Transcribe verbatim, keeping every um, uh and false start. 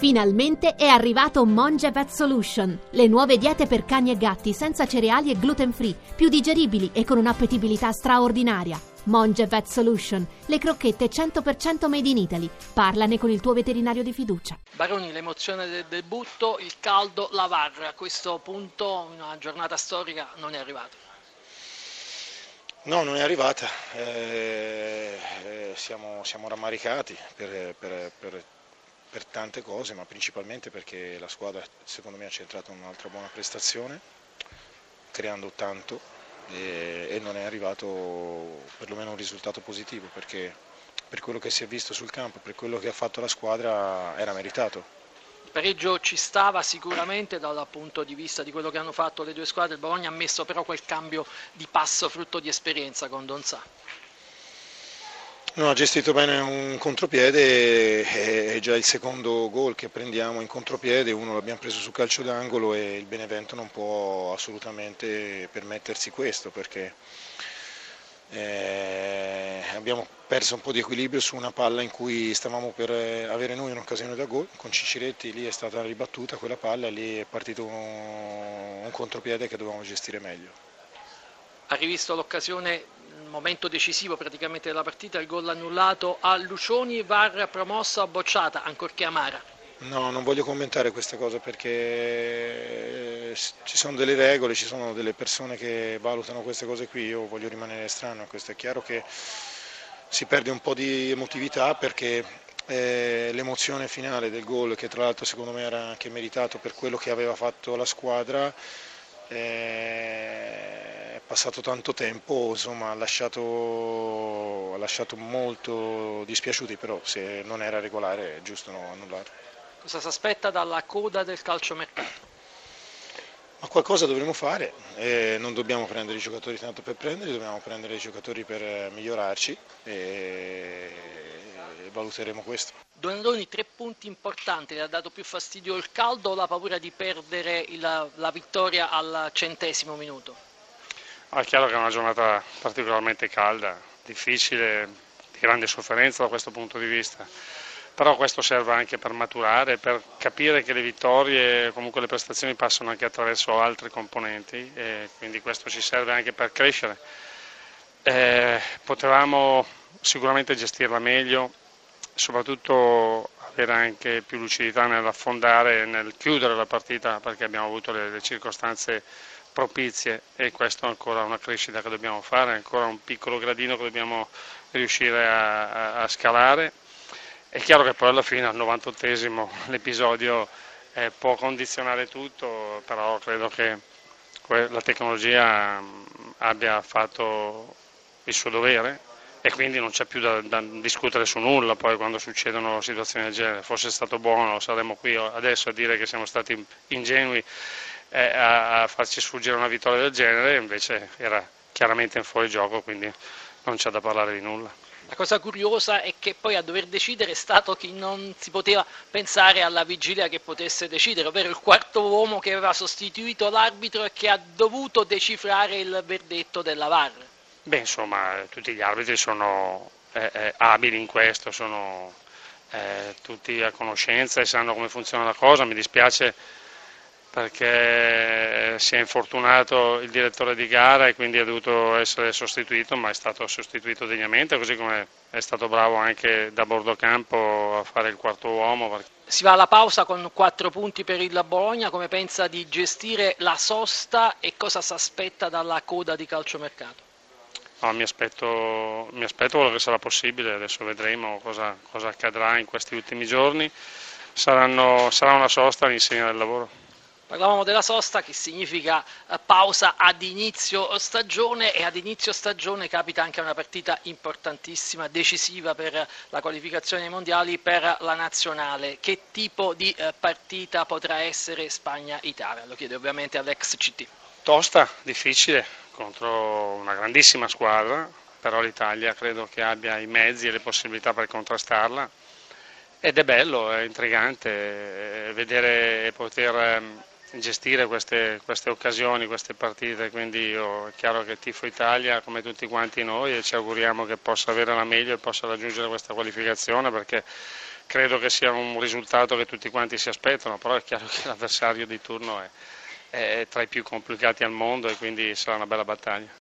Finalmente è arrivato Monge Vet Solution, le nuove diete per cani e gatti senza cereali e gluten free, più digeribili e con un'appetibilità straordinaria. Monge Vet Solution, le crocchette cento per cento made in Italy. Parlane con il tuo veterinario di fiducia. Baroni, l'emozione del debutto, il caldo, la V A R, a questo punto in una giornata storica non è arrivato. No, non è arrivata, eh, eh, siamo, siamo rammaricati per, per, per, per tante cose, ma principalmente perché la squadra secondo me ha centrato un'altra buona prestazione, creando tanto e, e non è arrivato perlomeno un risultato positivo, perché per quello che si è visto sul campo, per quello che ha fatto la squadra era meritato. Il pareggio ci stava sicuramente dal punto di vista di quello che hanno fatto le due squadre. Il Bologna ha messo però quel cambio di passo frutto di esperienza con Donzà. No, ha gestito bene un contropiede, è già il secondo gol che prendiamo in contropiede, uno l'abbiamo preso su calcio d'angolo e il Benevento non può assolutamente permettersi questo, perché eh, abbiamo perso un po' di equilibrio su una palla in cui stavamo per avere noi un'occasione da gol, con Ciciretti lì è stata ribattuta quella palla e lì è partito un, un contropiede che dovevamo gestire meglio. Ha rivisto l'occasione, il momento decisivo praticamente della partita, il gol annullato a Lucioni, V A R promossa, bocciata, ancorché amara. No, non voglio commentare questa cosa perché ci sono delle regole, ci sono delle persone che valutano queste cose qui, io voglio rimanere estraneo a questo. È chiaro che si perde un po' di emotività perché eh, l'emozione finale del gol, che tra l'altro secondo me era anche meritato per quello che aveva fatto la squadra, è passato tanto tempo, insomma ha lasciato, ha lasciato molto dispiaciuti, però se non era regolare è giusto no, annullarlo. Cosa si aspetta dalla coda del calciomercato? Ma qualcosa dovremo fare, eh, non dobbiamo prendere i giocatori tanto per prenderli, dobbiamo prendere i giocatori per migliorarci e, e valuteremo questo. Donadoni, tre punti importanti, le ha dato più fastidio il caldo o la paura di perdere il, la vittoria al centesimo minuto? Ah, è chiaro che è una giornata particolarmente calda, difficile, di grande sofferenza da questo punto di vista, però questo serve anche per maturare, per capire che le vittorie, comunque le prestazioni passano anche attraverso altri componenti e quindi questo ci serve anche per crescere. Eh, potevamo sicuramente gestirla meglio, soprattutto avere anche più lucidità nell'affondare e nel chiudere la partita perché abbiamo avuto le, le circostanze propizie e questo è ancora una crescita che dobbiamo fare, ancora un piccolo gradino che dobbiamo riuscire a, a, a scalare. È chiaro che poi alla fine al novantottesimo l'episodio eh, può condizionare tutto, però credo che la tecnologia abbia fatto il suo dovere e quindi non c'è più da, da discutere su nulla poi quando succedono situazioni del genere. Fosse stato buono, saremmo qui adesso a dire che siamo stati ingenui eh, a, a farci sfuggire una vittoria del genere, invece era chiaramente in fuorigioco, quindi non c'è da parlare di nulla. La cosa curiosa è che poi a dover decidere è stato chi non si poteva pensare alla vigilia che potesse decidere, ovvero il quarto uomo che aveva sostituito l'arbitro e che ha dovuto decifrare il verdetto della V A R. Beh, insomma, tutti gli arbitri sono eh, eh, abili in questo, sono eh, tutti a conoscenza e sanno come funziona la cosa. Mi dispiace perché si è infortunato il direttore di gara e quindi è dovuto essere sostituito, ma è stato sostituito degnamente, così come è stato bravo anche da bordo campo a fare il quarto uomo. Si va alla pausa con quattro punti per il Bologna, come pensa di gestire la sosta e cosa si aspetta dalla coda di calciomercato? No, mi aspetto, mi aspetto quello che sarà possibile, adesso vedremo cosa, cosa accadrà in questi ultimi giorni, Saranno, sarà una sosta all'insegna del lavoro. Parlavamo della sosta, che significa pausa ad inizio stagione, e ad inizio stagione capita anche una partita importantissima, decisiva per la qualificazione ai mondiali, per la nazionale. Che tipo di partita potrà essere Spagna-Italia? Lo chiede ovviamente all'ex C T. Tosta, difficile, contro una grandissima squadra, però l'Italia credo che abbia i mezzi e le possibilità per contrastarla. Ed è bello, è intrigante vedere e poter gestire queste, queste occasioni, queste partite, quindi io, è chiaro che tifo Italia come tutti quanti noi e ci auguriamo che possa avere la meglio e possa raggiungere questa qualificazione, perché credo che sia un risultato che tutti quanti si aspettano, però è chiaro che l'avversario di turno è, è tra i più complicati al mondo e quindi sarà una bella battaglia.